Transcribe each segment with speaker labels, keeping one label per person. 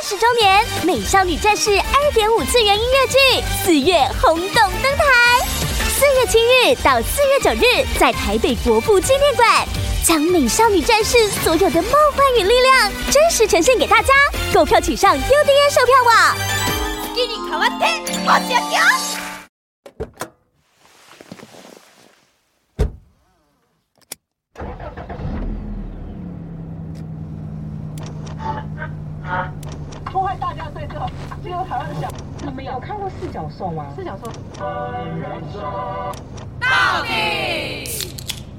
Speaker 1: 30周年《美少女战士》2.5次元音乐剧4月轰动登台，4月7日到4月9日，在台北国父纪念馆，将《美少女战士》所有的梦幻与力量真实呈现给大家。购票请上 UDN 售票网。给你卡哇天，我想要。
Speaker 2: 破坏大家对这个进入台湾的想，
Speaker 3: 你们有看过四角兽吗？
Speaker 2: 四角兽
Speaker 1: 到底。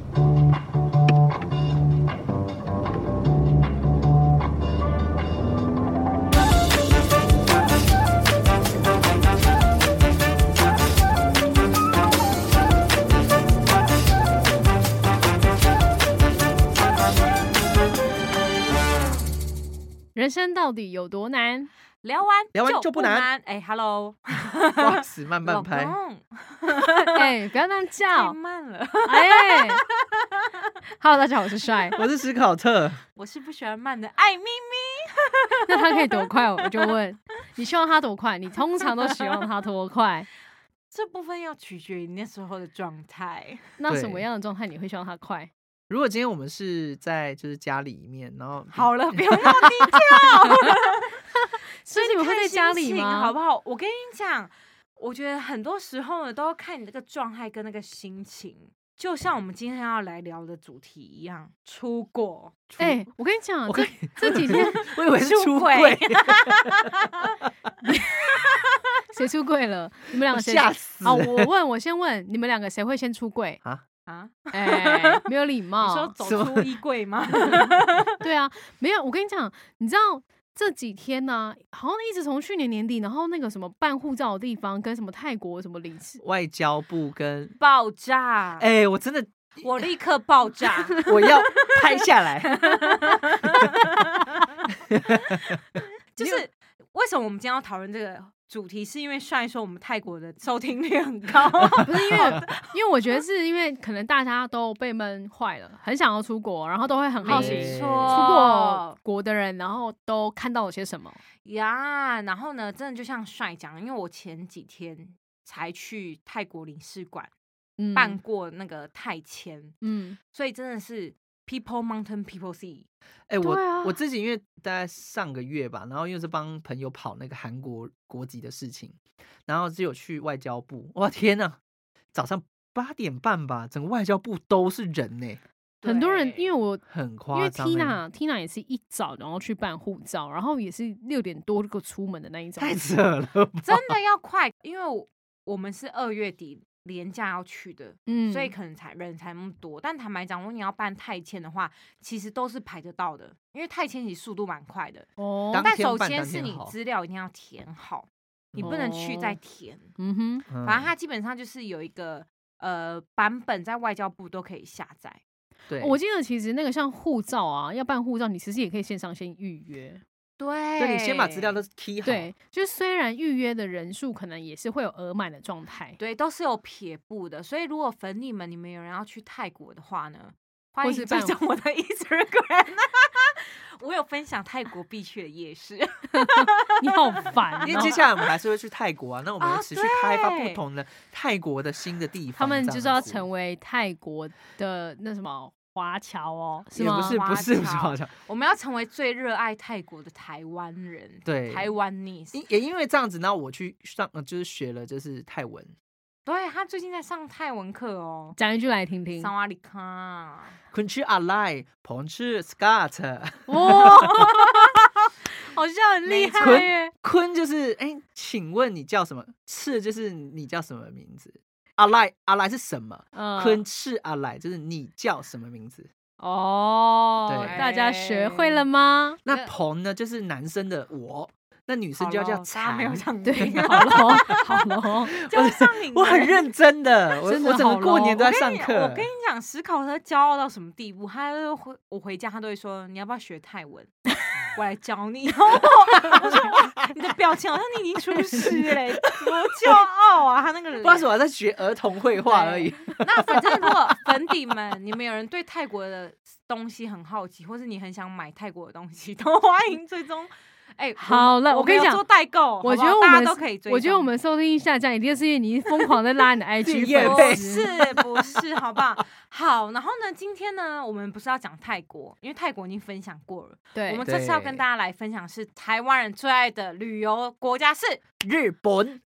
Speaker 4: 人生到底有多难？
Speaker 5: 聊完
Speaker 6: 就不难。
Speaker 5: 哎 ，Hello，
Speaker 6: 哇死慢慢拍。
Speaker 4: 哎，不要那样叫，
Speaker 5: 太慢了。
Speaker 4: 哎，Hello， 大家好，我是帅，
Speaker 6: 我是史考特，
Speaker 5: 我是不喜欢慢的艾咪咪。
Speaker 4: 那他可以多快？我就问，你希望他多快？你通常都希望他多快？
Speaker 5: 这部分要取决于你那时候的状态。
Speaker 4: 那什么样的状态你会希望他快？
Speaker 6: 如果今天我们是在就是家里面，然后
Speaker 5: 好了，不用那么低调。
Speaker 4: 所以你们会在家里吗？
Speaker 5: 好不好？我跟你讲，我觉得很多时候呢，都要看你那个状态跟那个心情。就像我们今天要来聊的主题一样，出国。
Speaker 4: 哎，我跟你讲，这几天
Speaker 6: 我以为是出柜，
Speaker 4: 谁出柜了？你们两个谁？
Speaker 6: 吓死！
Speaker 4: 好，我先问你们两个谁会先出柜
Speaker 6: 啊？
Speaker 4: 哎，没有礼貌。
Speaker 5: 你说走出衣柜吗？
Speaker 4: 对啊，没有。我跟你讲，你知道这几天呢，好像一直从去年年底，然后那个什么办护照的地方跟什么泰国什么领事
Speaker 6: 外交部跟
Speaker 5: 爆炸。
Speaker 6: 哎，我真的，
Speaker 5: 我立刻爆炸，
Speaker 6: 我要拍下来。
Speaker 5: 就是为什么我们今天要讨论这个主题，是因为帅说我们泰国的收听率很高。
Speaker 4: 不是因为我觉得是因为可能大家都被闷坏了，很想要出国，然后都会很好奇出国的人，然后都看到了些什么
Speaker 5: 呀。然后呢，真的就像帅讲，因为我前几天才去泰国领事馆办过那个泰签，所以真的是 People Mountain People Sea。
Speaker 6: 哎，我自己因为大概上个月吧，然后因为是帮朋友跑那个韩国国籍的事情，然后只有去外交部，哇天哪，早上8点半吧，整个外交部都是人呢，
Speaker 4: 很多人，因为我
Speaker 6: 很夸张，
Speaker 4: 因为 Tina 也是一早然后去办护照，然后也是6点多就出门的那一种，
Speaker 6: 太扯了吧，
Speaker 5: 真的要快，因为我们是2月底连假要去的，所以可能人才那么多。但坦白讲，如果你要办泰签的话，其实都是排得到的，因为泰签其实速度蛮快的。
Speaker 4: 哦，
Speaker 5: 但首先是你资料一定要填好，你不能去再填。反正它基本上就是有一个版本在外交部都可以下载。
Speaker 6: 对，
Speaker 4: 我记得其实那个像护照啊，要办护照，你其实也可以线上先预约。
Speaker 5: 对，
Speaker 6: 你先把资料都 key 好。
Speaker 4: 对，就是虽然预约的人数可能也是会有额满的状态，
Speaker 5: 对，都是有撇步的。所以如果粉你们有人要去泰国的话呢，欢迎追踪我的 Instagram。我有分享泰国必去的夜市。
Speaker 4: 你好烦，
Speaker 6: 因为接下来我们还是会去泰国啊，那我们会持续开发不同的泰国的新的地方，
Speaker 4: 他们就是要成为泰国的那什么华侨哦，是吗？
Speaker 6: 不是华侨，
Speaker 5: 我们要成为最热爱泰国的台湾人，
Speaker 6: 对，
Speaker 5: 台湾 nese。
Speaker 6: 也因为这样子，然后我去上就是学了就是泰文。
Speaker 5: 对，他最近在上泰文课哦，
Speaker 4: 讲一句来听听。
Speaker 5: 萨瓦迪卡，
Speaker 6: 昆曲阿赖，彭曲 Scott。
Speaker 4: 哇，好像很厉害耶。
Speaker 6: 昆就是请问你叫什么？赤就是你叫什么名字？阿赖是什么？昆赤阿赖就是你叫什么名字？
Speaker 4: 哦，对，大家学会了吗？
Speaker 6: 那彭呢，就是男生的我。那女生就要叫才，
Speaker 5: 没有上
Speaker 4: 对，好咯，
Speaker 5: 就上你。
Speaker 6: 我很认真的，我整个过年都在上课。
Speaker 5: 我跟你讲，史考特骄傲到什么地步？我回家他都会说，你要不要学泰文？我来教你。我说哇，你的表情好像你已经出师嘞，多骄傲啊！他那个人，
Speaker 6: 不是我在学儿童绘画而已。
Speaker 5: 那反正如果粉底们，你们有人对泰国的东西很好奇，或是你很想买泰国的东西，都欢迎追踪哎，
Speaker 4: 好了，我跟你讲，
Speaker 5: 做代购，
Speaker 4: 我觉得
Speaker 5: 大家都可以追踪。
Speaker 4: 我觉得我们收听下降，一定是因为你疯狂在拉你的 IG
Speaker 5: 粉丝，不是，好不好？好，然后呢，今天呢，我们不是要讲泰国，因为泰国已经分享过了。
Speaker 4: 对，
Speaker 5: 我们这次要跟大家来分享是台湾人最爱的旅游国家是
Speaker 6: 日本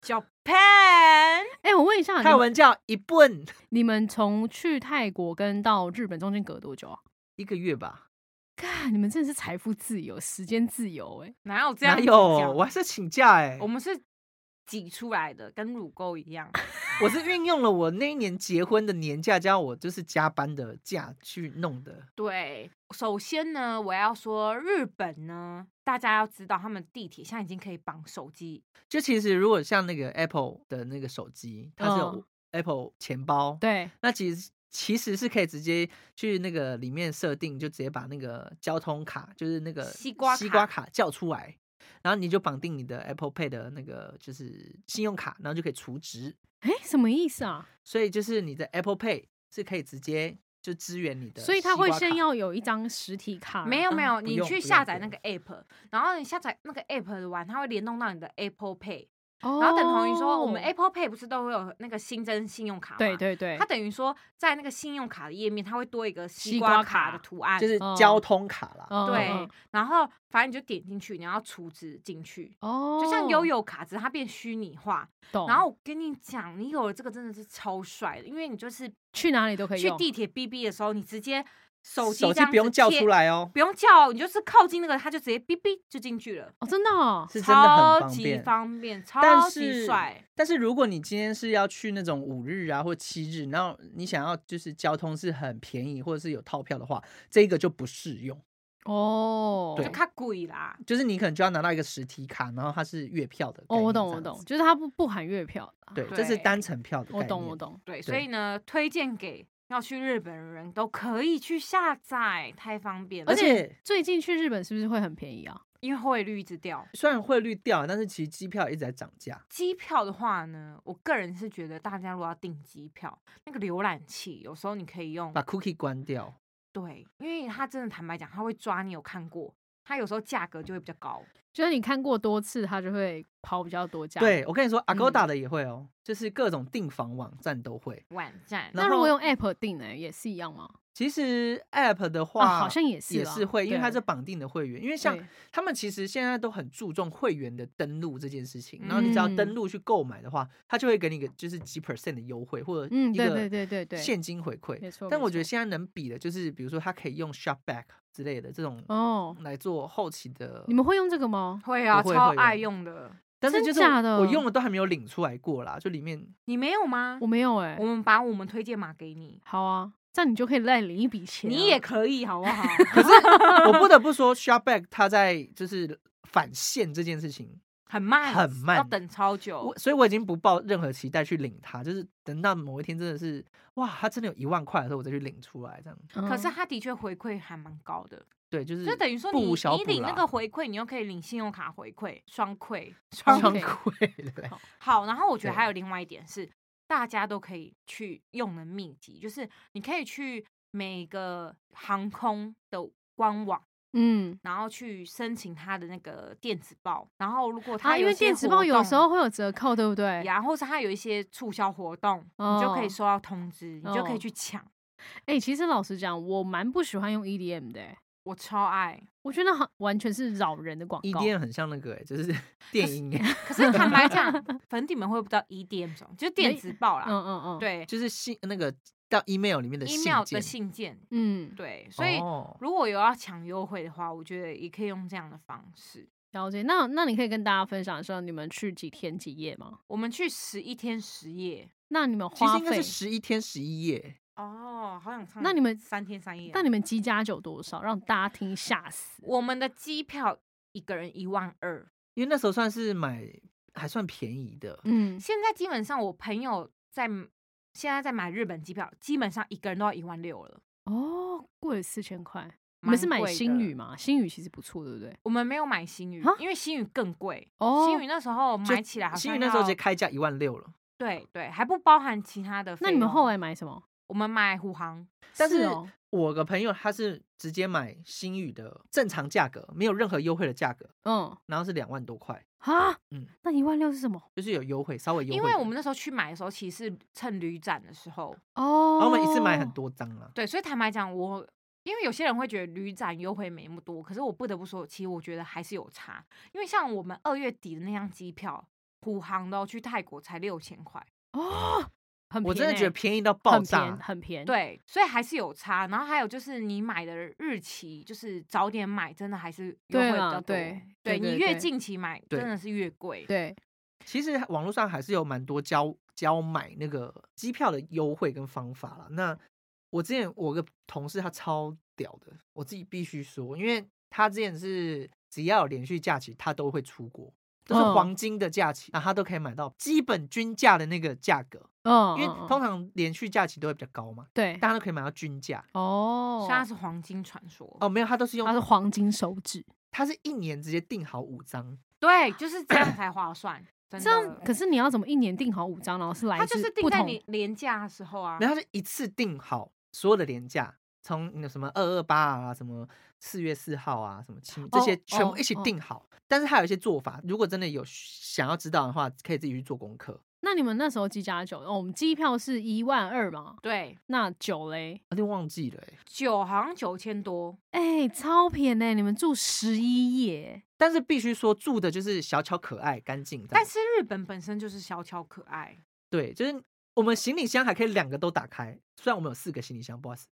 Speaker 5: Japan。
Speaker 4: 我问一下，
Speaker 6: 泰文叫日本。
Speaker 4: 你们从去泰国跟到日本中间隔多久啊
Speaker 6: ？1个月吧。
Speaker 4: 看，你们真的是财富自由、时间自由
Speaker 5: 哪有这样？
Speaker 6: 哪有？我还是请假
Speaker 5: 我们是挤出来的，跟乳沟一样。
Speaker 6: 我是运用了我那一年结婚的年假，加我就是加班的假去弄的。
Speaker 5: 对，首先呢，我要说日本呢，大家要知道，他们地铁现在已经可以绑手机。
Speaker 6: 就其实如果像那个 Apple 的那个手机，它是有 Apple 钱包，
Speaker 4: 对，
Speaker 6: 那其实是可以直接去那个里面设定，就直接把那个交通卡，就是那个西瓜卡叫出来，然后你就绑定你的 Apple Pay 的那个就是信用卡，然后就可以储值。
Speaker 4: 什么意思啊？
Speaker 6: 所以就是你的 Apple Pay 是可以直接就支援你的，
Speaker 4: 所以它会先要有一张实体卡。
Speaker 5: 没有，你去下载那个 App， 然后你下载那个 App 完，它会联动到你的 Apple Pay。然后等同于说，我们 Apple Pay 不是都会有那个新增信用卡吗？
Speaker 4: 对对对，
Speaker 5: 它等于说在那个信用卡的页面，它会多一个西瓜卡的图案，
Speaker 6: 就是交通卡啦。
Speaker 5: 对，然后反正你就点进去，你要储值进去，就像悠游卡，只是它变虚拟化。然后我跟你讲，你有了这个真的是超帅的，因为你就是
Speaker 4: 去哪里都可以用。
Speaker 5: 去地铁 BB 的时候，你直接手机
Speaker 6: 不用叫出来哦，
Speaker 5: 不用叫，你就是靠近那个，它就直接哔哔就进去了。
Speaker 4: 真的
Speaker 6: 是真的很
Speaker 5: 超级方便，超级帅。
Speaker 6: 但是如果你今天是要去那种5日啊或7日，然后你想要就是交通是很便宜或者是有套票的话，这个就不适用
Speaker 4: 对，
Speaker 5: 就太贵啦。
Speaker 6: 就是你可能就要拿到一个实体卡，然后它是月票的。
Speaker 4: 我懂，就是它不含月票的。
Speaker 6: 对，这是单程票的概念。
Speaker 4: 我懂。
Speaker 5: 对，所以呢，推荐给要去日本的人都可以去下载，太方便了。
Speaker 4: 而且最近去日本是不是会很便宜啊？
Speaker 5: 因为汇率一直掉，
Speaker 6: 虽然汇率掉，但是其实机票一直在涨价。
Speaker 5: 机票的话呢，我个人是觉得大家如果要订机票，那个浏览器有时候你可以用
Speaker 6: 把 cookie 关掉。
Speaker 5: 对，因为它真的坦白讲，它会抓你有看过，它有时候价格就会比较高。
Speaker 4: 就是你看过多次，它就会跑比较多价。
Speaker 6: 对，我跟你说 ，Agoda 的也会就是各种订房网站都会。
Speaker 5: 网站。
Speaker 4: 那如果用 App 订呢，也是一样吗？
Speaker 6: 其实 App 的话，
Speaker 4: 好像也是
Speaker 6: 会，因为它是绑定的会员。因为像他们其实现在都很注重会员的登录这件事情，然后你只要登录去购买的话，它就会给你个就是几%的优惠或者一个现金回馈。
Speaker 4: 没错。
Speaker 6: 但我觉得现在能比的就是，比如说它可以用 Shopback 之类的这种来做后期的。
Speaker 4: 你们会用这个吗？
Speaker 5: 会啊，超爱用的。
Speaker 6: 但是就是我用的都还没有领出来过啦，就里面
Speaker 5: 你没有吗？
Speaker 4: 我没有
Speaker 5: 我们把我们推荐码给你。
Speaker 4: 好啊。这样你就可以再领一笔钱。
Speaker 5: 你也可以，好不好？
Speaker 6: 可是我不得不说 ，Shopback 它在就是返现这件事情
Speaker 5: 很慢，要等超久。
Speaker 6: 所以我已经不抱任何期待去领它，就是等到某一天真的是哇，它真的有1万块的时候，我再去领出来这样。
Speaker 5: 可是它的确回馈还蛮高的。
Speaker 6: 对，就是
Speaker 5: 就等于说你领那个回馈，你又可以领信用卡回馈，双馈。好，然后我觉得还有另外一点是。大家都可以去用的秘籍，就是你可以去每个航空的官网，然后去申请它的那个电子报，然后如果它
Speaker 4: 因为电子报有时候会有折扣，对不对？
Speaker 5: 然后或是它有一些促销活动，你就可以收到通知，你就可以去抢。
Speaker 4: 其实老实讲，我蛮不喜欢用 EDM 的。
Speaker 5: 我超爱，
Speaker 4: 我觉得完全是扰人的广告。
Speaker 6: EDM 很像那个就是电音
Speaker 5: 可是坦白讲，粉底们会不知道 EDM 什么，就是电子报啦。对，
Speaker 6: 就是那个到 email 里面的
Speaker 5: 信件。对，所以如果有要抢优惠的话，我觉得也可以用这样的方式。
Speaker 4: 了解，那你可以跟大家分享说你们去几天几夜吗？
Speaker 5: 我们去11天10夜。
Speaker 4: 那你们花费
Speaker 6: 其实应该是11天11夜。
Speaker 5: 好想唱。
Speaker 4: 那你们
Speaker 5: 3天3夜？
Speaker 4: 那你们机加酒多少？让大家听吓死。
Speaker 5: 我们的机票一个人12000，
Speaker 6: 因为那时候算是还算便宜的。
Speaker 5: 现在基本上我朋友现在在买日本机票，基本上一个人都要16000了。
Speaker 4: 贵了4000块。你们是买星宇吗？星宇其实不错，对不对？
Speaker 5: 我们没有买星宇，因为星宇更贵。星宇那时候买起来好像
Speaker 6: 星宇那时候直接开价16000了。
Speaker 5: 对，还不包含其他的费用。
Speaker 4: 那你们后来买什么？
Speaker 5: 我们买虎航。
Speaker 6: 但是我个朋友他是直接买星宇的正常价格，没有任何优惠的价格，然后是2万多块
Speaker 4: 啊，那16000是什么？
Speaker 6: 就是有优惠，稍微优惠。
Speaker 5: 因为我们那时候去买的时候，其实是趁旅展的时候
Speaker 6: 然后我们一次买很多张啊。
Speaker 5: 对，所以坦白讲，因为有些人会觉得旅展优惠没那么多，可是我不得不说，其实我觉得还是有差。因为像我们2月底的那张机票，虎航的去泰国才6000块
Speaker 4: 哦，很便宜，
Speaker 6: 我真的觉得便宜到爆炸，
Speaker 4: 很便宜。
Speaker 5: 对，所以还是有差。然后还有就是你买的日期，就是早点买，真的还是优惠比较多。对，你越近期买，真的是越贵。
Speaker 4: 对，
Speaker 6: 其实网络上还是有蛮多教买那个机票的优惠跟方法啦。那我之前我个同事他超屌的，我自己必须说，因为他之前是只要有连续假期，他都会出国，都是黄金的假期，他都可以买到基本均价的那个价格。因为通常连续假期都会比较高嘛，
Speaker 4: 对，
Speaker 6: 大家都可以买到均价。
Speaker 5: 所以它是黄金传说。
Speaker 6: 没有，它是
Speaker 4: 黄金手指，
Speaker 6: 它是1年直接订好5张。
Speaker 5: 对，就是这样才划算。
Speaker 4: 这样，可是你要怎么1年订好5张，然后是来自不同？
Speaker 5: 它就是订在你连假的时候啊。
Speaker 6: 没有，它是一次订好所有的连假，从什么228啊，什么4月4号啊，什么这些全部一起订好。但是它有一些做法，如果真的有想要知道的话，可以自己去做功课。
Speaker 4: 那你们那时候机加酒，我们机票是12000嘛？
Speaker 5: 对，
Speaker 4: 那酒嘞？
Speaker 6: 有点忘记了
Speaker 5: 酒好像9000多，
Speaker 4: 超便宜，你们住11夜。
Speaker 6: 但是必须说住的就是小巧可爱、干净。
Speaker 5: 但是日本本身就是小巧可爱，
Speaker 6: 对，就是我们行李箱还可以2个都打开，虽然我们有4个行李箱，不好意思。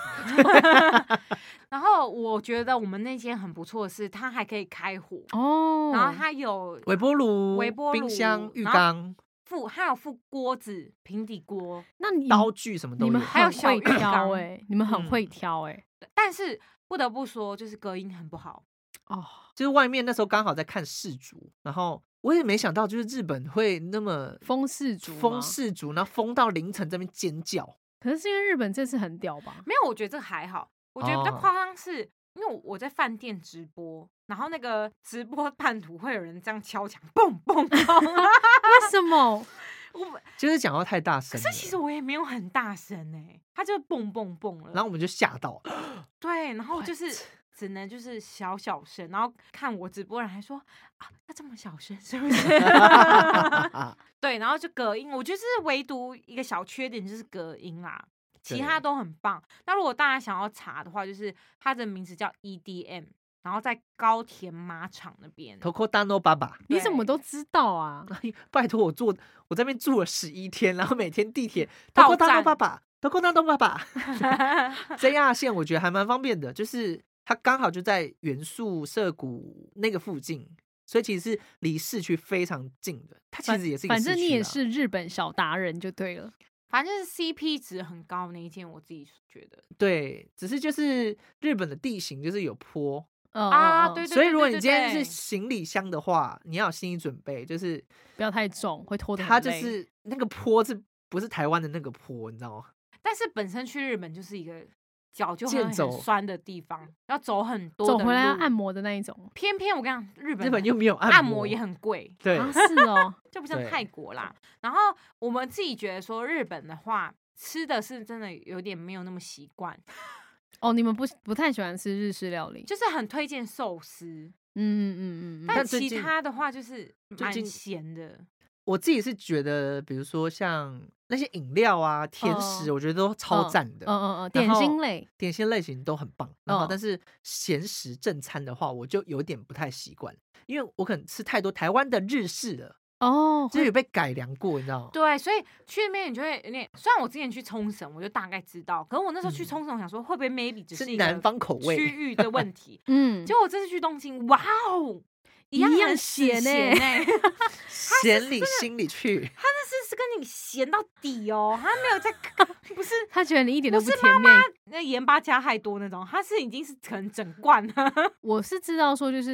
Speaker 5: 然后我觉得我们那间很不错的是，它还可以开火然后它有
Speaker 6: 微波炉、冰箱、浴缸。
Speaker 5: 还有附锅子、平底锅，
Speaker 4: 那你
Speaker 6: 刀具什么都有，
Speaker 4: 你们
Speaker 5: 还有小浴缸
Speaker 4: 你们很会挑
Speaker 5: 但是不得不说，就是隔音很不好
Speaker 6: 就是外面那时候刚好在看世足，然后我也没想到，就是日本会那么
Speaker 4: 封世
Speaker 6: 足，然后封到凌晨这边尖叫。
Speaker 4: 可是因为日本这次很屌吧？
Speaker 5: 没有，我觉得这个还好。我觉得比较夸张是，因为我在饭店直播。然后那个直播半途会有人这样敲墙，蹦蹦蹦，
Speaker 4: 为什么？
Speaker 6: 就是讲话太大声了。
Speaker 5: 可是其实我也没有很大声他就蹦蹦蹦了。
Speaker 6: 然后我们就吓到。
Speaker 5: 对，然后就是只能就是小声，然后看我直播人还说要这么小声是不是？对，然后就隔音，我觉得是唯独一个小缺点就是隔音啦。其他都很棒。那如果大家想要查的话，就是它的名字叫 EDM。然后在高田马场那边
Speaker 6: ，Tokodano 爸爸，
Speaker 4: 你怎么都知道啊？
Speaker 6: 拜托我在那边住了11天，然后每天地铁 Tokodano 爸爸 ，Tokodano 爸爸，JR 线我觉得还蛮方便的，就是它刚好就在原宿涩谷那个附近，所以其实是离市区非常近的。它其实也是一个市区，
Speaker 4: 反正你也是日本小达人就对了。
Speaker 5: 反正就是 CP 值很高那一间，我自己觉得。
Speaker 6: 对，只是就是日本的地形就是有坡。
Speaker 5: 对，
Speaker 6: 所以如果你今天是行李箱的话，你要有心理准备，就是
Speaker 4: 不要太重，会拖得很累。
Speaker 6: 它就是那个坡不是台湾的那个坡，你知道吗？
Speaker 5: 但是本身去日本就是一个脚就很酸的地方，要走很多
Speaker 4: 走回来要按摩的那一种。
Speaker 5: 偏偏我跟你讲，日本
Speaker 6: 又没有
Speaker 5: 按摩也很贵，
Speaker 6: 对，
Speaker 4: 是哦，
Speaker 5: 就不像泰国啦。然后我们自己觉得说，日本的话吃的是真的有点没有那么习惯。
Speaker 4: 你们不太喜欢吃日式料理，
Speaker 5: 就是很推荐寿司，但其他的话就是蛮咸的。
Speaker 6: 我自己是觉得，比如说像那些饮料啊、甜食，我觉得都超赞的。
Speaker 4: 点心类
Speaker 6: 型都很棒。然后，但是咸食正餐的话，我就有点不太习惯，因为我可能吃太多台湾的日式了。就是有被改良过，你知道吗？
Speaker 5: 对，所以去那边你就会有点。虽然我之前去冲绳，我就大概知道，可是我那时候去冲绳，想说会不会 maybe 只是一个
Speaker 6: 南方口味
Speaker 5: 区域的问题。结果我这次去东京，哇哦，一样咸
Speaker 6: 咸里心里去。
Speaker 5: 他那是跟你咸到底他没有在，不是
Speaker 4: 他觉得你一点都不甜美，
Speaker 5: 妈妈那盐巴加太多那种，他是已经是可能整罐了。
Speaker 4: 我是知道说就是。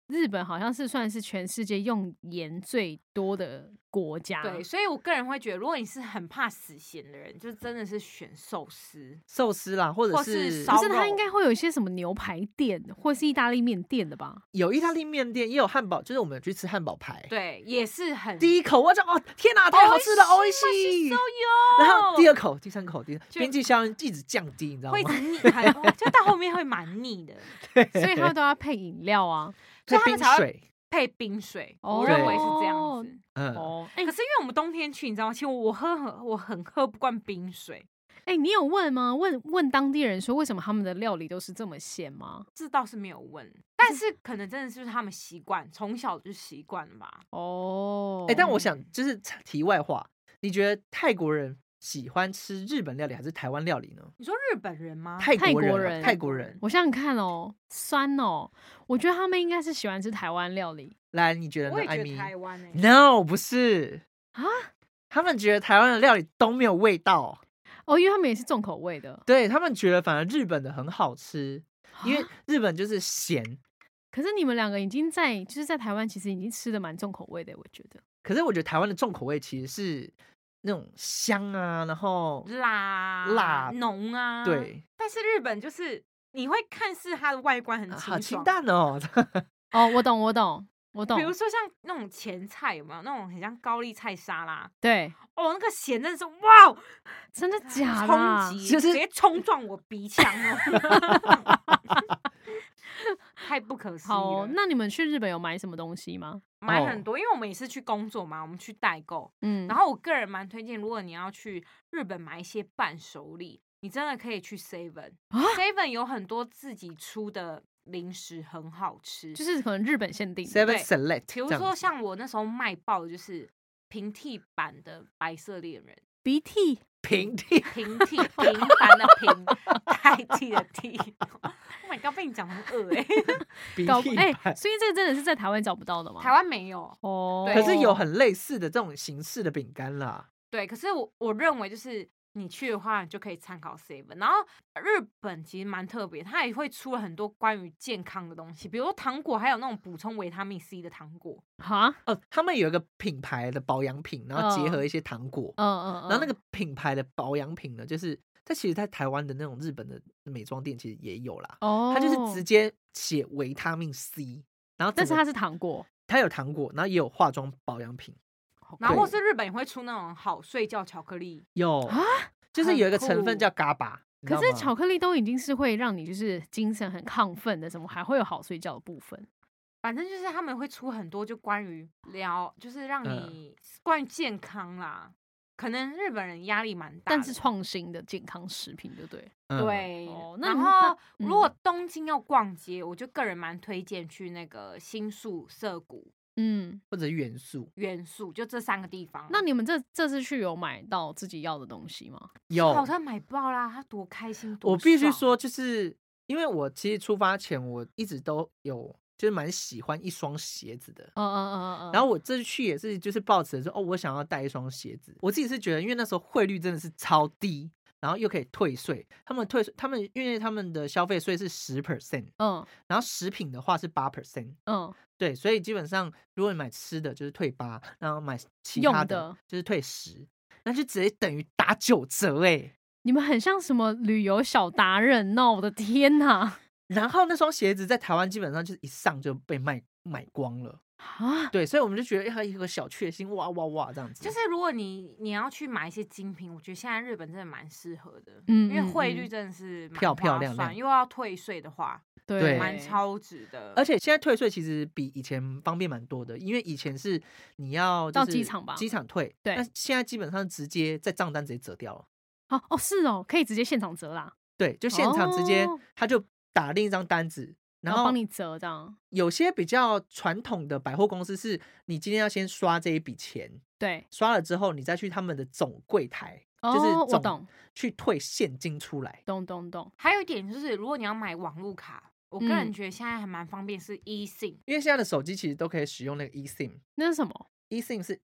Speaker 4: 日本好像是算是全世界用盐最多的国家。
Speaker 5: 对，所以我个人会觉得，如果你是很怕死咸的人，就真的是选寿司
Speaker 6: 啦，或者
Speaker 5: 或是
Speaker 6: 是
Speaker 5: 烧
Speaker 4: 可是它应该会有一些什么牛排店或是意大利面店的吧？
Speaker 6: 有意大利面店，也有汉堡，就是我们有去吃汉堡排。
Speaker 5: 对，也是很
Speaker 6: 第一口我就天哪，太好吃了，欧一西。然后第二口、第三口，边际效应一直降低，你知道吗
Speaker 5: 会一？直腻，就到后面会蛮腻的，
Speaker 4: 所以他们都要配饮料啊。
Speaker 6: 配冰
Speaker 5: 所以他们才会
Speaker 6: 水，
Speaker 5: 配冰水，
Speaker 4: 哦
Speaker 5: 我认为是这样子。
Speaker 4: 哦，
Speaker 5: 可是因为我们冬天去，你知道吗？其实我很喝不惯冰水，
Speaker 4: 你有问吗？问当地人说为什么他们的料理都是这么咸吗？
Speaker 5: 这倒是没有问，但是可能真的是他们习惯，从小就习惯了吧。
Speaker 4: 哦，
Speaker 6: 但我想就是题外话，你觉得泰国人喜欢吃日本料理还是台湾料理呢？
Speaker 5: 你说日本人吗？
Speaker 6: 泰国人啊，
Speaker 4: 人
Speaker 6: 泰国人。
Speaker 4: 我想想看哦，酸哦，我觉得他们应该是喜欢吃台湾料理
Speaker 6: 来，你觉得呢？
Speaker 5: 我也觉得
Speaker 6: 艾米
Speaker 5: 台湾欸
Speaker 6: ？No， 不是
Speaker 4: 啊。
Speaker 6: 他们觉得台湾的料理都没有味道，
Speaker 4: 哦，因为他们也是重口味的。
Speaker 6: 对他们觉得反而日本的很好吃，因为日本就是咸。
Speaker 4: 可是你们两个已经就是在台湾，其实已经吃的蛮重口味的，我觉得。
Speaker 6: 可是我觉得台湾的重口味其实是那种香啊，然后
Speaker 5: 辣浓啊，
Speaker 6: 对。
Speaker 5: 但是日本就是你会看似它的外观很
Speaker 6: 好清
Speaker 5: 爽，
Speaker 6: 淡哦。
Speaker 4: 哦，我懂。
Speaker 5: 比如说像那种前菜有没有那种很像高丽菜沙拉？
Speaker 4: 对，
Speaker 5: 哦，那个咸真的是哇，
Speaker 4: 真的假的啊？
Speaker 5: 冲击，
Speaker 6: 就是
Speaker 5: 直接冲撞我鼻腔哦，太不可思议
Speaker 4: 好
Speaker 5: 了。
Speaker 4: 那你们去日本有买什么东西吗？
Speaker 5: 买很多，因为我们也是去工作嘛，我们去代购。然后我个人蛮推荐，如果你要去日本买一些伴手礼，你真的可以去 Seven。Seven 有很多自己出的零食很好吃，
Speaker 4: 就是可能日本限定的。
Speaker 6: Seven Select，
Speaker 5: 比如说像我那时候卖爆的就是平替版的白色恋人，
Speaker 4: 鼻涕
Speaker 6: 平替
Speaker 5: 平凡的平，代替的替。Oh my god， 被你讲很恶
Speaker 6: 鼻
Speaker 4: 搞
Speaker 6: 涕版
Speaker 4: 所以这个真的是在台湾找不到的吗？
Speaker 5: 台湾没有
Speaker 4: 哦，
Speaker 5: 对
Speaker 6: 可是有很类似的这种形式的饼干啦。
Speaker 5: 对，可是我认为就是你去的话，你就可以参考 Seven。然后日本其实蛮特别，它也会出了很多关于健康的东西，比如说糖果，还有那种补充维他命 C 的糖果。
Speaker 4: 哈，
Speaker 6: 他们有一个品牌的保养品，然后结合一些糖果，然后那个品牌的保养品呢，就是它其实在台湾的那种日本的美妆店其实也有啦。
Speaker 4: 哦，
Speaker 6: 它就是直接写维他命 C， 然后
Speaker 4: 但是它是糖果，
Speaker 6: 它有糖果，然后也有化妆保养品，
Speaker 5: 然后或是日本也会出那种好睡觉巧克力，
Speaker 6: 有就是有一个成分叫 GABA。
Speaker 4: 可是巧克力都已经是会让你就是精神很亢奋的，怎么还会有好睡觉的部分？
Speaker 5: 反正就是他们会出很多就关于就是让你关于健康啦。可能日本人压力蛮大的，
Speaker 4: 但是创新的健康食品，对不对？
Speaker 5: 对。
Speaker 4: 那
Speaker 5: 然后如果东京要逛街，我就个人蛮推荐去那个新宿、涩谷，
Speaker 6: 或者元素，
Speaker 5: 就这3个地方。
Speaker 4: 那你们这次去有买到自己要的东西吗？
Speaker 6: 有，
Speaker 5: 好像买爆啦，他多开心，多
Speaker 6: 我必须说，就是因为我其实出发前我一直都有。就是蛮喜欢一双鞋子的，然后我这次去也是就是抱持说，我想要带一双鞋子。我自己是觉得，因为那时候汇率真的是超低，然后又可以退税。他们因为他们的消费税是10%，然后食品的话是8%，对，所以基本上如果你买吃的就是退8%，然后买其他的就是退10%，那就直接等于打9折哎！
Speaker 4: 你们很像什么旅游小达人哦！我的天哪！
Speaker 6: 然后那双鞋子在台湾基本上就是一上就被买光了啊！对，所以我们就觉得它有个小确幸，哇这样子。
Speaker 5: 就是如果你要去买一些精品，我觉得现在日本真的蛮适合的，因为汇率真的是
Speaker 6: 漂亮亮，
Speaker 5: 又要退税的话，
Speaker 4: 对，
Speaker 5: 蛮超值的。
Speaker 6: 而且现在退税其实比以前方便蛮多的，因为以前是你要
Speaker 4: 到机场吧，
Speaker 6: 机场退，
Speaker 4: 对，
Speaker 6: 那现在基本上直接在账单直接折掉了。
Speaker 4: 是哦，可以直接现场折啦。
Speaker 6: 对，就现场直接他就打另一张单子，然后
Speaker 4: 帮你折这样。
Speaker 6: 有些比较传统的百货公司是你今天要先刷这一笔钱，
Speaker 4: 对，
Speaker 6: 刷了之后你再去他们的总柜台，就是总去退现金出来。
Speaker 4: 懂。
Speaker 5: 还有一点就是，如果你要买网路卡，我个人觉得现在还蛮方便，是 eSIM，
Speaker 6: 因为现在的手机其实都可以使用那个 eSIM。
Speaker 4: 那是什么
Speaker 6: ？eSIM 是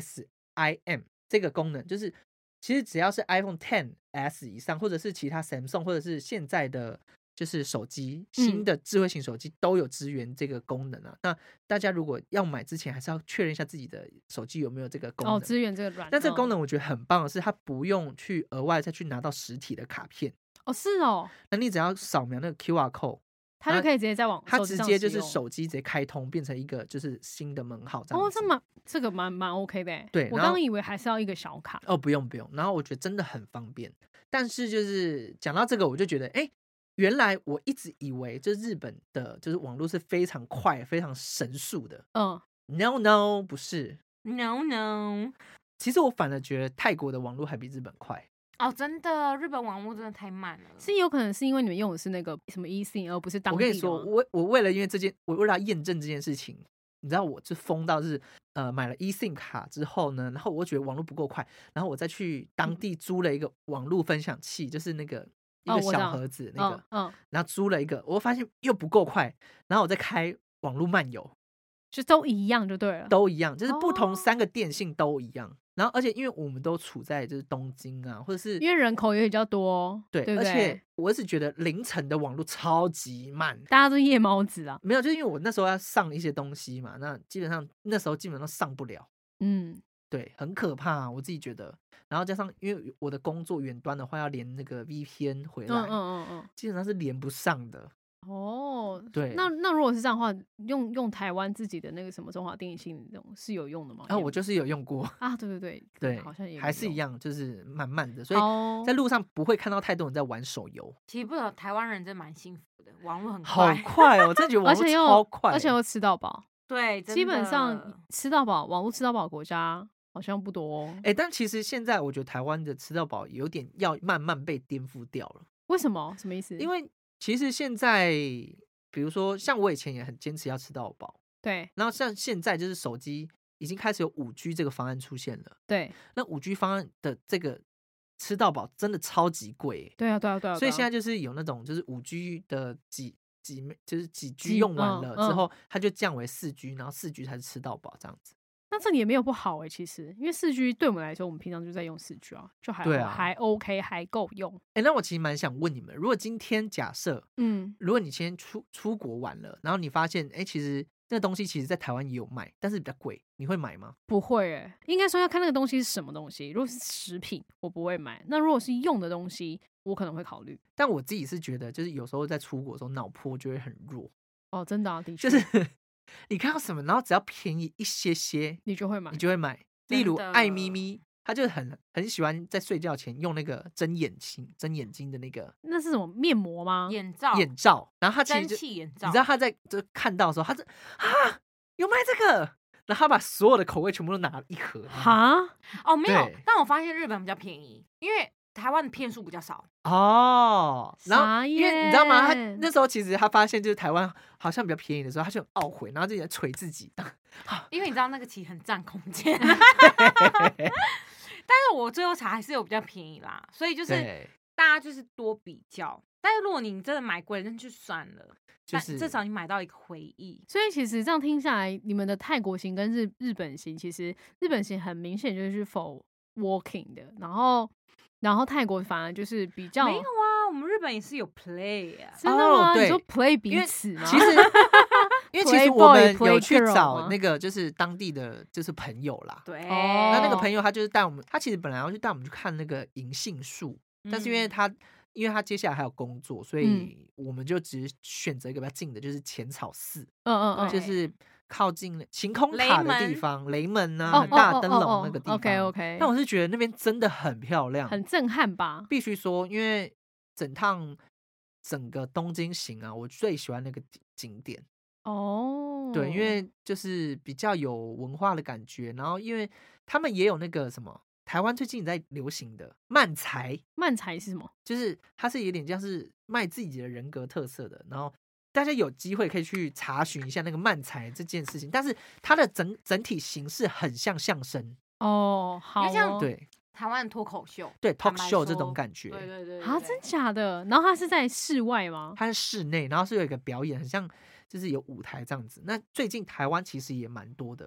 Speaker 6: ESIM 这个功能，就是其实只要是 iPhone XS 以上，或者是其他 Samsung， 或者是现在的就是手机新的智慧型手机都有支援这个功能啊。那大家如果要买之前，还是要确认一下自己的手机有没有这个功能。
Speaker 4: 支援这个软。
Speaker 6: 那这个功能我觉得很棒的是，它不用去额外再去拿到实体的卡片。
Speaker 4: 是哦。
Speaker 6: 那你只要扫描那个 QR code，
Speaker 4: 它就可以直接在
Speaker 6: 它直接就是手机直接开通，变成一个就是新的门号这样子。
Speaker 4: 这个蛮 OK 的。
Speaker 6: 对，
Speaker 4: 我刚刚以为还是要一个小卡。
Speaker 6: 不用。然后我觉得真的很方便。但是就是讲到这个，我就觉得原来我一直以为就是日本的就是网络是非常快非常神速的。No 不是
Speaker 5: No
Speaker 6: 其实我反而觉得泰国的网络还比日本快。
Speaker 5: 真的，日本网络真的太慢了。
Speaker 4: 是有可能是因为你们用的是那个什么 eSIM 而不是当地的。
Speaker 6: 我跟你说，我为了我为了要验证这件事情，你知道我就疯到是买了 eSIM 卡之后呢，然后我觉得网络不够快，然后我再去当地租了一个网络分享器，就是那个一个小盒子那个，然后租了一个，我发现又不够快，然后我再开网络漫游，
Speaker 4: 就都一样就对了，
Speaker 6: 都一样，就是不同3个电信都一样。然后而且因为我们都处在就是东京啊，或者是
Speaker 4: 因为人口也比较多，对不对？
Speaker 6: 而且我是觉得凌晨的网络超级慢，
Speaker 4: 大家都夜猫子啊。
Speaker 6: 没有，就是因为我那时候要上一些东西嘛，那那时候基本上上不了。对，很可怕，我自己觉得。然后加上因为我的工作远端的话要连那个 VPN 回来，基本上是连不上的。对。
Speaker 4: 那如果是这样的话，用台湾自己的那个什么中华电信那种是有用的吗？
Speaker 6: 我就是有用过啊。
Speaker 4: 对，好像也
Speaker 6: 还是一样，就是慢慢的，所以在路上不会看到太多人在玩手游。
Speaker 5: 其实不知道台湾人真蛮幸福的，网络很快，
Speaker 6: 好快哦！我真的觉得网络超快，
Speaker 4: 而且又吃到饱。
Speaker 5: 对，
Speaker 4: 基本上吃到饱，网络吃到饱国家好像不多
Speaker 6: 但其实现在我觉得台湾的吃到饱有点要慢慢被颠覆掉了。
Speaker 4: 为什么？什么意思？
Speaker 6: 因为其实现在比如说像我以前也很坚持要吃到饱，
Speaker 4: 对，
Speaker 6: 然后像现在就是手机已经开始有5G 这个方案出现了，
Speaker 4: 对，
Speaker 6: 那5G 方案的这个吃到饱真的超级贵，
Speaker 4: 对啊，
Speaker 6: 所以现在就是有那种就是5G 的几 G 用完了之后，它就降为4G， 然后4G 才是吃到饱这样子。
Speaker 4: 那这里也没有不好其实因为4G 对我们来说，我们平常就在用4G啊，就还 OK， 还够用。
Speaker 6: 那我其实蛮想问你们，如果今天假设，如果你先出国玩了，然后你发现，其实那个东西其实在台湾也有卖，但是比较贵，你会买吗？
Speaker 4: 不会应该说要看那个东西是什么东西。如果是食品，我不会买；那如果是用的东西，我可能会考虑。
Speaker 6: 但我自己是觉得，就是有时候在出国的时候，脑波就会很弱。
Speaker 4: 真的的确，
Speaker 6: 就是你看到什么，然后只要便宜一些，
Speaker 4: 你就会买。
Speaker 6: 例如艾咪咪，他就很喜欢在睡觉前用那个睁眼睛的那个，
Speaker 4: 那是什么面膜吗？
Speaker 5: 眼
Speaker 6: 罩。然后他其实
Speaker 5: 蒸汽眼罩，
Speaker 6: 你知道他在就看到的时候，他有卖这个，然后他把所有的口味全部都拿了一盒。
Speaker 5: 没有，但我发现日本比较便宜，因为台湾的片数比较少
Speaker 6: 然后因为你知道吗？他那时候其实他发现就是台湾好像比较便宜的时候，他就很懊悔，然后自己在捶自己。
Speaker 5: 因为你知道那个其实很占空间。但是我最后查还是有比较便宜啦，所以就是大家就是多比较。但是如果你真的买贵了，那就算了，就是至少你买到一个回忆。
Speaker 4: 所以其实这样听下来，你们的泰国行跟日本行，其实日本行很明显就是 for walking 的，然后泰国反而就是比较
Speaker 5: 没有啊，我们日本也是有 play 啊。
Speaker 4: 真的吗？
Speaker 6: 对，
Speaker 4: 你说 play 彼此吗？
Speaker 6: 其实因为其实我们有去找那个就是当地的就是朋友啦，
Speaker 5: 对，
Speaker 6: 那个朋友他就是带我们，他其实本来要去带我们去看那个银杏树，但是因为他接下来还有工作，所以我们就只选择一个比较近的，就是浅草寺，就是靠近晴空塔的地方，雷门啊，很大灯笼那个地方。
Speaker 4: OK。
Speaker 6: 但我是觉得那边真的很漂亮，
Speaker 4: 很震撼吧？
Speaker 6: 必须说，因为整个东京行啊，我最喜欢那个景点。对，因为就是比较有文化的感觉，然后因为他们也有那个什么。台湾最近在流行的漫才
Speaker 4: 是什么？
Speaker 6: 就是它是有点像是卖自己的人格特色的，然后大家有机会可以去查询一下那个漫才这件事情，但是它的整体形式很像相声
Speaker 4: 好
Speaker 6: 对，
Speaker 5: 台湾脱口秀，
Speaker 6: 对 talk show 这种感觉，
Speaker 5: 对
Speaker 4: 真假的？然后它是在室外吗？
Speaker 6: 它是室内，然后是有一个表演，很像就是有舞台这样子。那最近台湾其实也蛮多的。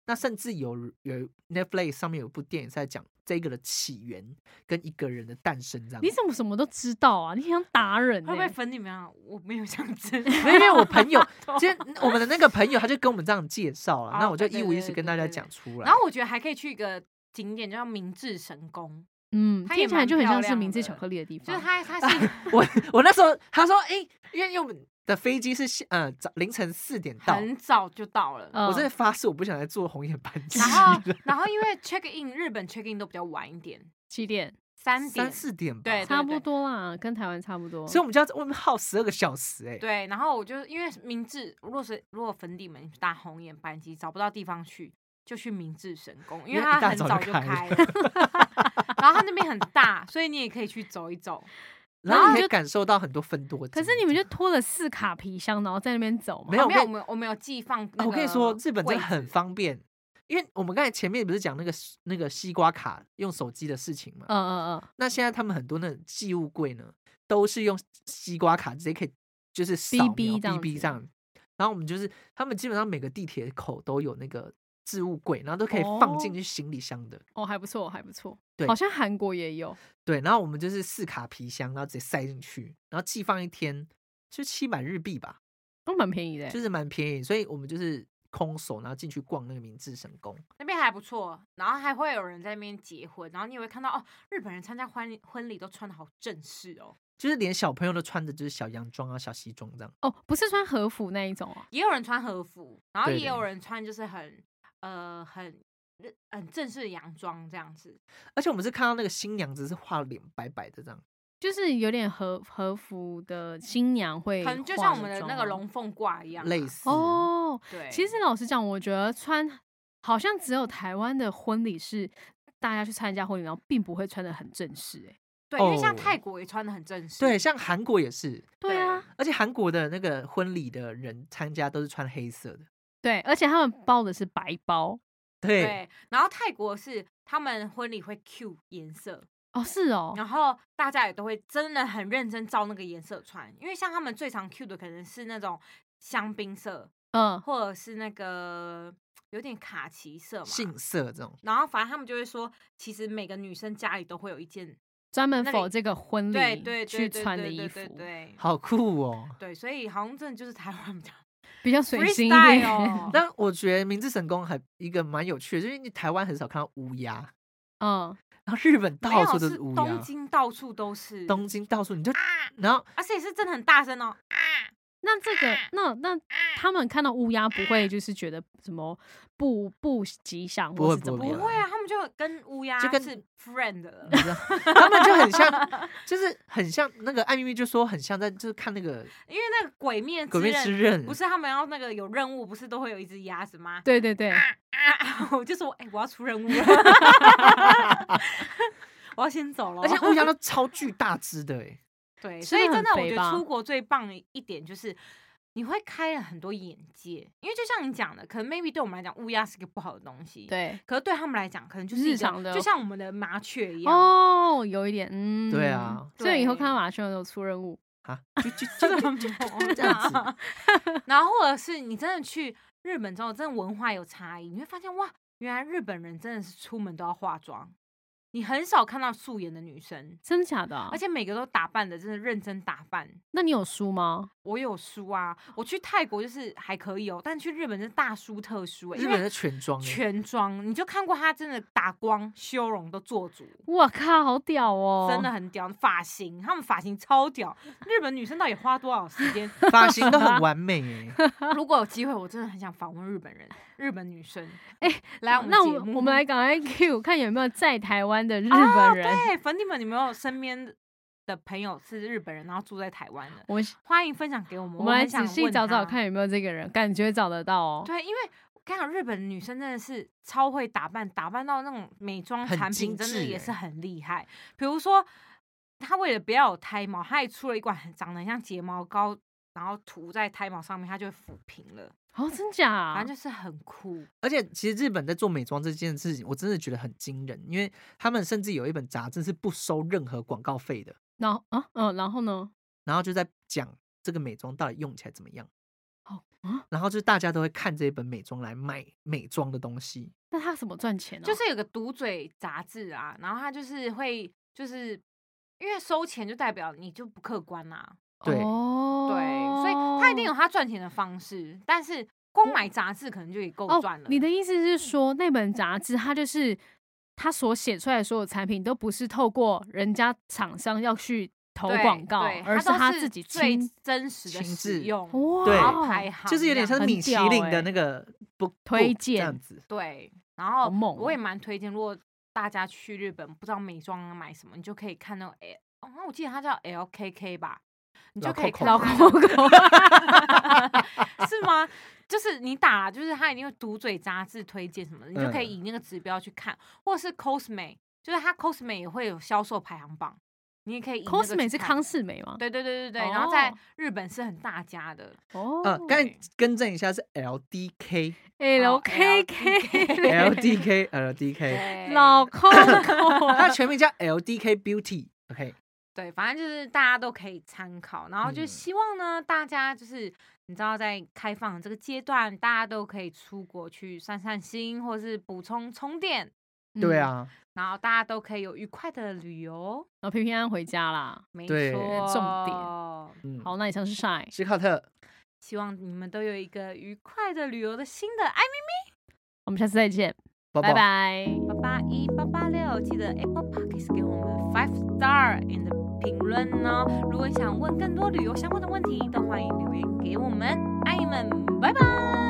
Speaker 6: 那甚至有 Netflix 上面有部电影是在讲这个的起源跟一个人的诞生这样。
Speaker 4: 你怎么什么都知道啊？你像达人、欸，
Speaker 5: 会不会粉你们啊？我没有想知道，
Speaker 6: 没有，我朋友，其实我们的那个朋友他就跟我们这样介绍了，那我就
Speaker 5: 对
Speaker 6: 一五一十跟大家讲出来。
Speaker 5: 然后我觉得还可以去一个景点叫明治神宫，它也
Speaker 4: 听起来就很像是
Speaker 5: 蛮漂亮的
Speaker 4: 明治巧克力的地方。
Speaker 5: 就是它是
Speaker 6: 我那时候他说，因为我们的飞机是凌晨4点到，
Speaker 5: 很早就到了。
Speaker 6: 我真的发誓我不想再坐红眼班机
Speaker 5: 然后因为 check in 日本 check in 都比较晚一点
Speaker 4: 7点、
Speaker 5: 3点、
Speaker 6: 4点吧，
Speaker 5: 对，
Speaker 4: 差不多啦，跟台湾差不多。
Speaker 6: 所以我们就要在外面耗12个小时
Speaker 5: 对，然后我就因为明治，如果粉底们搭红眼班机找不到地方去，就去明治神宫，因为它很早就开了。然后它那边很大，所以你也可以去走一走。
Speaker 6: 然后你可以感受到很多分多。
Speaker 4: 可是你们就拖了4卡皮箱，然后在那边走吗？
Speaker 6: 没有，
Speaker 5: 我们有寄放。
Speaker 6: 我跟你说，日本真的很方便，因为我们刚才前面不是讲那个西瓜卡用手机的事情嘛？那现在他们很多那种寄物柜呢，都是用西瓜卡直接可以就是扫描 BB 这样。然后我们就是他们基本上每个地铁口都有那个置物柜，然后都可以放进去行李箱的。
Speaker 4: 还不错，还不错。
Speaker 6: 对，
Speaker 4: 好像韩国也有。
Speaker 6: 对，然后我们就是4卡皮箱，然后直接塞进去，然后寄放1天，就700日币吧，
Speaker 4: 都蛮便宜的，
Speaker 6: 就是蛮便宜。所以我们就是空手，然后进去逛那个明治神宫，
Speaker 5: 那边还不错。然后还会有人在那边结婚，然后你也会看到日本人参加婚礼都穿得好正式哦。
Speaker 6: 就是连小朋友都穿的就是小洋装啊、小西装这样。
Speaker 4: 不是穿和服那一种
Speaker 5: 也有人穿和服，然后
Speaker 6: 对
Speaker 5: 也有人穿就是很正式的洋装这样子。
Speaker 6: 而且我们是看到那个新娘子是画脸白白的这样，
Speaker 4: 就是有点和服的新娘会，
Speaker 5: 可能就像我们的那个龙凤褂一样，
Speaker 6: 类似
Speaker 5: 对，
Speaker 4: 其实老实讲，我觉得好像只有台湾的婚礼是大家去参加婚礼，然后并不会穿得很正式。
Speaker 5: 对，因为像泰国也穿得很正式。
Speaker 6: 对，像韩国也是。
Speaker 4: 对啊，
Speaker 6: 而且韩国的那个婚礼的人参加都是穿黑色的。
Speaker 4: 对，而且他们包的是白包。
Speaker 6: 对，
Speaker 5: 然后泰国是他们婚礼会 Q 颜色。
Speaker 4: 是哦。
Speaker 5: 然后大家也都会真的很认真照那个颜色穿，因为像他们最常 Q 的可能是那种香槟色，或者是那个有点卡其色嘛，
Speaker 6: 杏色这种。
Speaker 5: 然后反正他们就会说，其实每个女生家里都会有一件
Speaker 4: 专门 for 这个婚礼去穿的衣服，
Speaker 5: 对，
Speaker 6: 好酷哦。
Speaker 5: 对，所以好像真的就是台湾
Speaker 4: 比较随心一点
Speaker 5: 哦。
Speaker 6: 但我觉得明治神宫还一个蛮有趣的，就是你台湾很少看到乌鸦，然后日本到处都是乌鸦，
Speaker 5: 东京到处都是，
Speaker 6: 东京到处你就然后
Speaker 5: 而且是真的很大声哦
Speaker 4: 那这个那他们看到乌鸦不会就是觉得什么不吉祥，或是怎么样？
Speaker 5: 不会啊，他们就跟乌鸦
Speaker 6: 就跟
Speaker 5: 是 friend 了，
Speaker 6: 他们就很像，就是很像那个艾咪咪就说很像在就是看那个，
Speaker 5: 因为那个鬼灭
Speaker 6: 之刃
Speaker 5: 不是他们要那个有任务，不是都会有一只鸭子吗？
Speaker 4: 对对对，
Speaker 5: 我就说我要出任务了，我要先走了。
Speaker 6: 而且乌鸦都超巨大只的
Speaker 5: 对，所以真的我觉得出国最棒的一点就是你会开了很多眼界，因为就像你讲的，可能 maybe 对我们来讲乌鸦是个不好的东西，
Speaker 4: 对，
Speaker 5: 可是对他们来讲可能就是
Speaker 4: 日常的，
Speaker 5: 就像我们的麻雀一样
Speaker 4: 有一点
Speaker 6: 对啊，
Speaker 4: 所以以后看到麻雀都出任务
Speaker 6: 啊，
Speaker 5: 就这样子。然后或者是你真的去日本之后，真的文化有差异，你会发现哇，原来日本人真的是出门都要化妆。你很少看到素颜的女生，
Speaker 4: 真假的
Speaker 5: 而且每个都打扮的真的认真打扮。
Speaker 4: 那你有梳吗？
Speaker 5: 我有梳啊，我去泰国就是还可以但去日本是大梳特梳
Speaker 6: 日本是全妆
Speaker 5: 全妆，你就看过她真的打光修容都做足。
Speaker 4: 我靠，好屌哦，
Speaker 5: 真的很屌。发型，他们发型超屌。日本女生到底花多少时间？
Speaker 6: 发型都很完美
Speaker 5: 如果有机会，我真的很想访问日本人、日本女生。来我们节目，
Speaker 4: 那我们来赶快 Q 看有没有在台湾的日本人。
Speaker 5: 对，粉底们，你们有身边的朋友是日本人，然后住在台湾的，欢迎分享给我们。
Speaker 4: 我们来仔细找找看有没有这个人，感觉找得到哦。
Speaker 5: 对，因为我跟你讲，日本女生真的是超会打扮，打扮到那种美妆产品真的也是很厉害。比如说，她为了不要有胎毛，她也出了一罐长得很像睫毛膏，然后涂在胎毛上面，它就会抚平了。
Speaker 4: 真假？
Speaker 5: 反正就是很酷。
Speaker 6: 而且其实日本在做美妆这件事情，我真的觉得很惊人，因为他们甚至有一本杂志是不收任何广告费的。
Speaker 4: 然后呢？
Speaker 6: 然后就在讲这个美妆到底用起来怎么样。 然后就是大家都会看这一本美妆来买美妆的东西。
Speaker 4: 那他怎么赚钱呢？
Speaker 5: 就是有个毒嘴杂志啊，然后他就是会就是因为收钱就代表你就不客观啊，
Speaker 6: 对
Speaker 5: 对，所以他一定有他赚钱的方式，但是光买杂志可能就也够赚了。
Speaker 4: 你的意思是说，那本杂志它就是他所写出来的所有产品都不是透过人家厂商要去投广告，而是他自己
Speaker 5: 最
Speaker 4: 亲
Speaker 5: 真实的使用，
Speaker 6: 对
Speaker 5: 然后排行，
Speaker 6: 就是有点像是米其林的那个
Speaker 4: 推荐
Speaker 6: 这样子。
Speaker 5: 对，然后
Speaker 4: 猛
Speaker 5: 我也蛮推荐，如果大家去日本不知道美妆要买什么，你就可以看那种我记得它叫 LKK 吧，你就可以看
Speaker 4: 老
Speaker 5: 它
Speaker 4: Coco
Speaker 5: 是吗？就是你打，就是它一定会毒嘴杂志推荐什么的，你就可以以那个指标去看，或者是 Cosme， 就是它 Cosme 也会有销售排行榜，你也可以以那个去看。
Speaker 4: Cosme 是康士美吗？
Speaker 5: 对，然后在日本是很大家的。
Speaker 6: 刚才更正一下是 LDK，
Speaker 4: LKK 老 Coco，
Speaker 6: 它的全名叫 LDK Beauty。OK，
Speaker 5: 对，反正就是大家都可以参考，然后就希望呢，大家就是你知道，在开放的这个阶段，大家都可以出国去散散心，或是补充充电。
Speaker 6: 对啊，
Speaker 5: 然后大家都可以有愉快的旅游，
Speaker 4: 然后平平安安回家啦。
Speaker 5: 没
Speaker 6: 对
Speaker 5: 错，
Speaker 4: 重点。好，那以上是 Shine
Speaker 6: 史考特，
Speaker 5: 希望你们都有一个愉快的旅游的新的艾咪咪，
Speaker 4: 我们下次再见，
Speaker 6: 拜
Speaker 4: 拜拜。
Speaker 5: 881-886，记得 Apple Podcast 给我们5 star in the 评论哦。如果你想问更多旅游相关的问题，都欢迎留言给我们，爱你们，拜拜。